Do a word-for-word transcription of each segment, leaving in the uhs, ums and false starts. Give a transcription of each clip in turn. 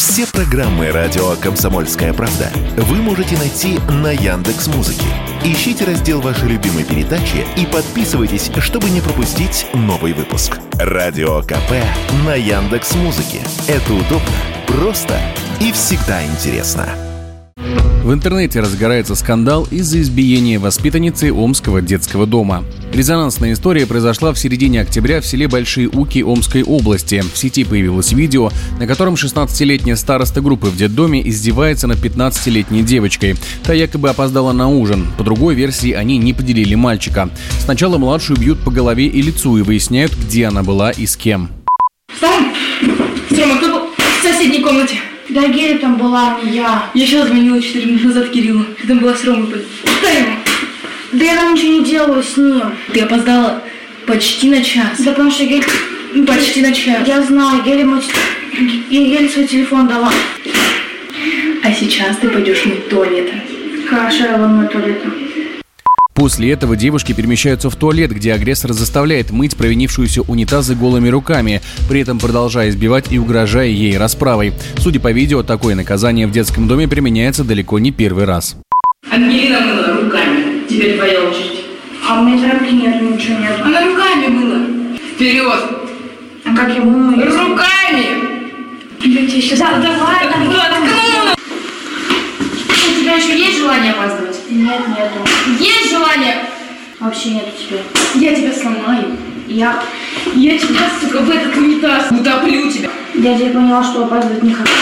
Все программы радио «Комсомольская правда» вы можете найти на Яндекс.Музыке. Ищите раздел вашей любимой передачи и подписывайтесь, чтобы не пропустить новый выпуск. Радио КП на Яндекс.Музыке. Это удобно, просто и всегда интересно. В интернете разгорается скандал из-за избиения воспитанницы Омского детского дома. Резонансная история произошла в середине октября в селе Большие Уки Омской области. В сети появилось видео, на котором шестнадцатилетняя староста группы в детдоме издевается над пятнадцатилетней девочкой. Та якобы опоздала на ужин. По другой версии, они не поделили мальчика. Сначала младшую бьют по голове и лицу и выясняют, где она была и с кем. Сам? Срома, кто был в соседней комнате? Да, Геля там была, не я. Я сейчас звонила четыре минуты назад Кириллу. Ты там была с Ромой. Что ему? Да я там ничего не делала с ним. Ты опоздала почти на час. Да потому что Геля... Почти на час. Я знаю, Геля мой... Я Геле свой телефон дала. А сейчас ты пойдешь мыть туалет. Хорошо, я вон мою туалет. После этого девушки перемещаются в туалет, где агрессор заставляет мыть провинившуюся унитазы голыми руками, при этом продолжая избивать и угрожая ей расправой. Судя по видео, такое наказание в детском доме применяется далеко не первый раз. Ангелина мыла руками. Теперь твоя очередь. А у меня руки нет, ничего нет. Она руками мыла. Вперед! А как я мыла? Руками! Я тебе сейчас... Да, давай, там... Да, у тебя еще есть желание опаздывать? Нет, нету. Есть желание? Вообще нет у тебя. Я тебя сломаю. Я... Я тебя, сука, в этот унитаз утоплю тебя. Я теперь поняла, что опаздывать не хочу.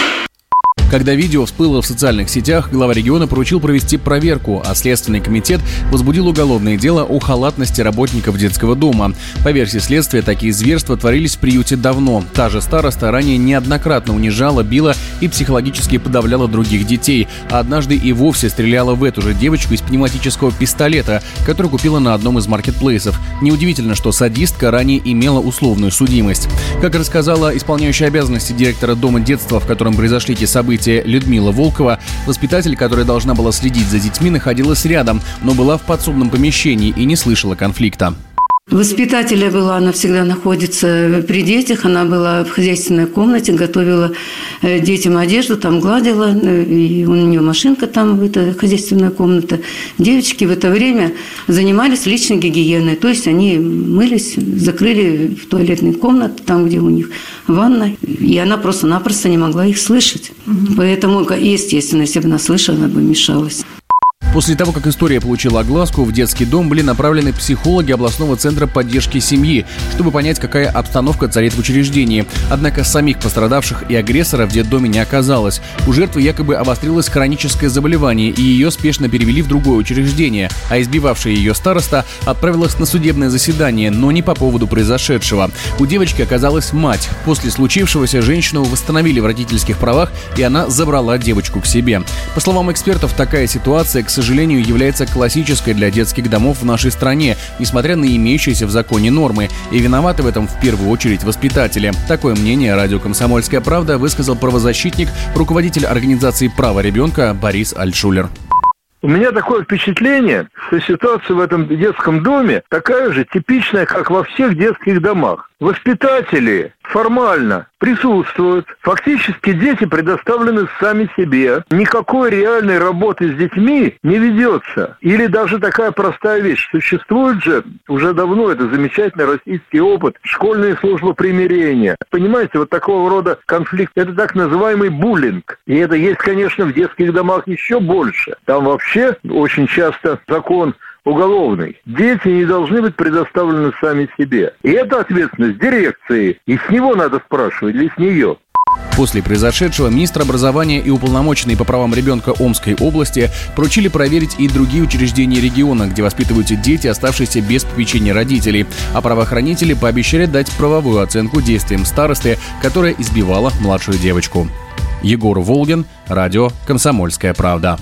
Когда видео всплыло в социальных сетях, глава региона поручил провести проверку, а Следственный комитет возбудил уголовное дело о халатности работников детского дома. По версии следствия, такие зверства творились в приюте давно. Та же староста ранее неоднократно унижала, била и психологически подавляла других детей, а однажды и вовсе стреляла в эту же девочку из пневматического пистолета, который купила на одном из маркетплейсов. Неудивительно, что садистка ранее имела условную судимость. Как рассказала исполняющая обязанности директора дома детства, в котором произошли эти события, Людмила Волкова, воспитатель, которая должна была следить за детьми, находилась рядом, но была в подсобном помещении и не слышала конфликта. Воспитателя была, она всегда находится при детях, она была в хозяйственной комнате, готовила детям одежду, там гладила, и у нее машинка там, это хозяйственная комната. Девочки в это время занимались личной гигиеной, то есть они мылись, закрыли в туалетной комнате, там, где у них ванна, и она просто-напросто не могла их слышать. Угу. Поэтому, естественно, если бы она слышала, она бы мешалась. После того, как история получила огласку, в детский дом были направлены психологи областного центра поддержки семьи, чтобы понять, какая обстановка царит в учреждении. Однако самих пострадавших и агрессора в детдоме не оказалось. У жертвы якобы обострилось хроническое заболевание, и ее спешно перевели в другое учреждение, а избивавшая ее староста отправилась на судебное заседание, но не по поводу произошедшего. У девочки оказалась мать. После случившегося женщину восстановили в родительских правах, и она забрала девочку к себе. По словам экспертов, такая ситуация, к сожалению, К сожалению, является классической для детских домов в нашей стране, несмотря на имеющиеся в законе нормы. И виноваты в этом в первую очередь воспитатели. Такое мнение радио «Комсомольская правда» высказал правозащитник, руководитель организации «Право ребенка» Борис Альтшулер. У меня такое впечатление, что ситуация в этом детском доме такая же типичная, как во всех детских домах. Воспитатели формально присутствуют. Фактически дети предоставлены сами себе. Никакой реальной работы с детьми не ведется. Или даже такая простая вещь. Существует же уже давно, это замечательный российский опыт, школьная служба примирения. Понимаете, вот такого рода конфликт, это так называемый буллинг. И это есть, конечно, в детских домах еще больше. Там вообще очень часто закон уголовный. Дети не должны быть предоставлены сами себе. И это ответственность дирекции. И с него надо спрашивать, или с нее. После произошедшего министр образования и уполномоченный по правам ребенка Омской области поручили проверить и другие учреждения региона, где воспитываются дети, оставшиеся без попечения родителей. А правоохранители пообещали дать правовую оценку действиям старосты, которая избивала младшую девочку. Егор Волгин, радио «Комсомольская правда».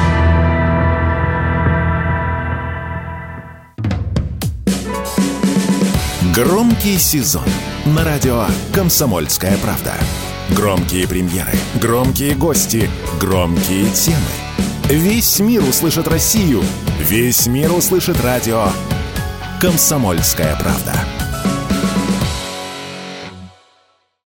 Громкий сезон на радио «Комсомольская правда». Громкие премьеры, громкие гости, громкие темы. Весь мир услышит Россию, весь мир услышит радио «Комсомольская правда».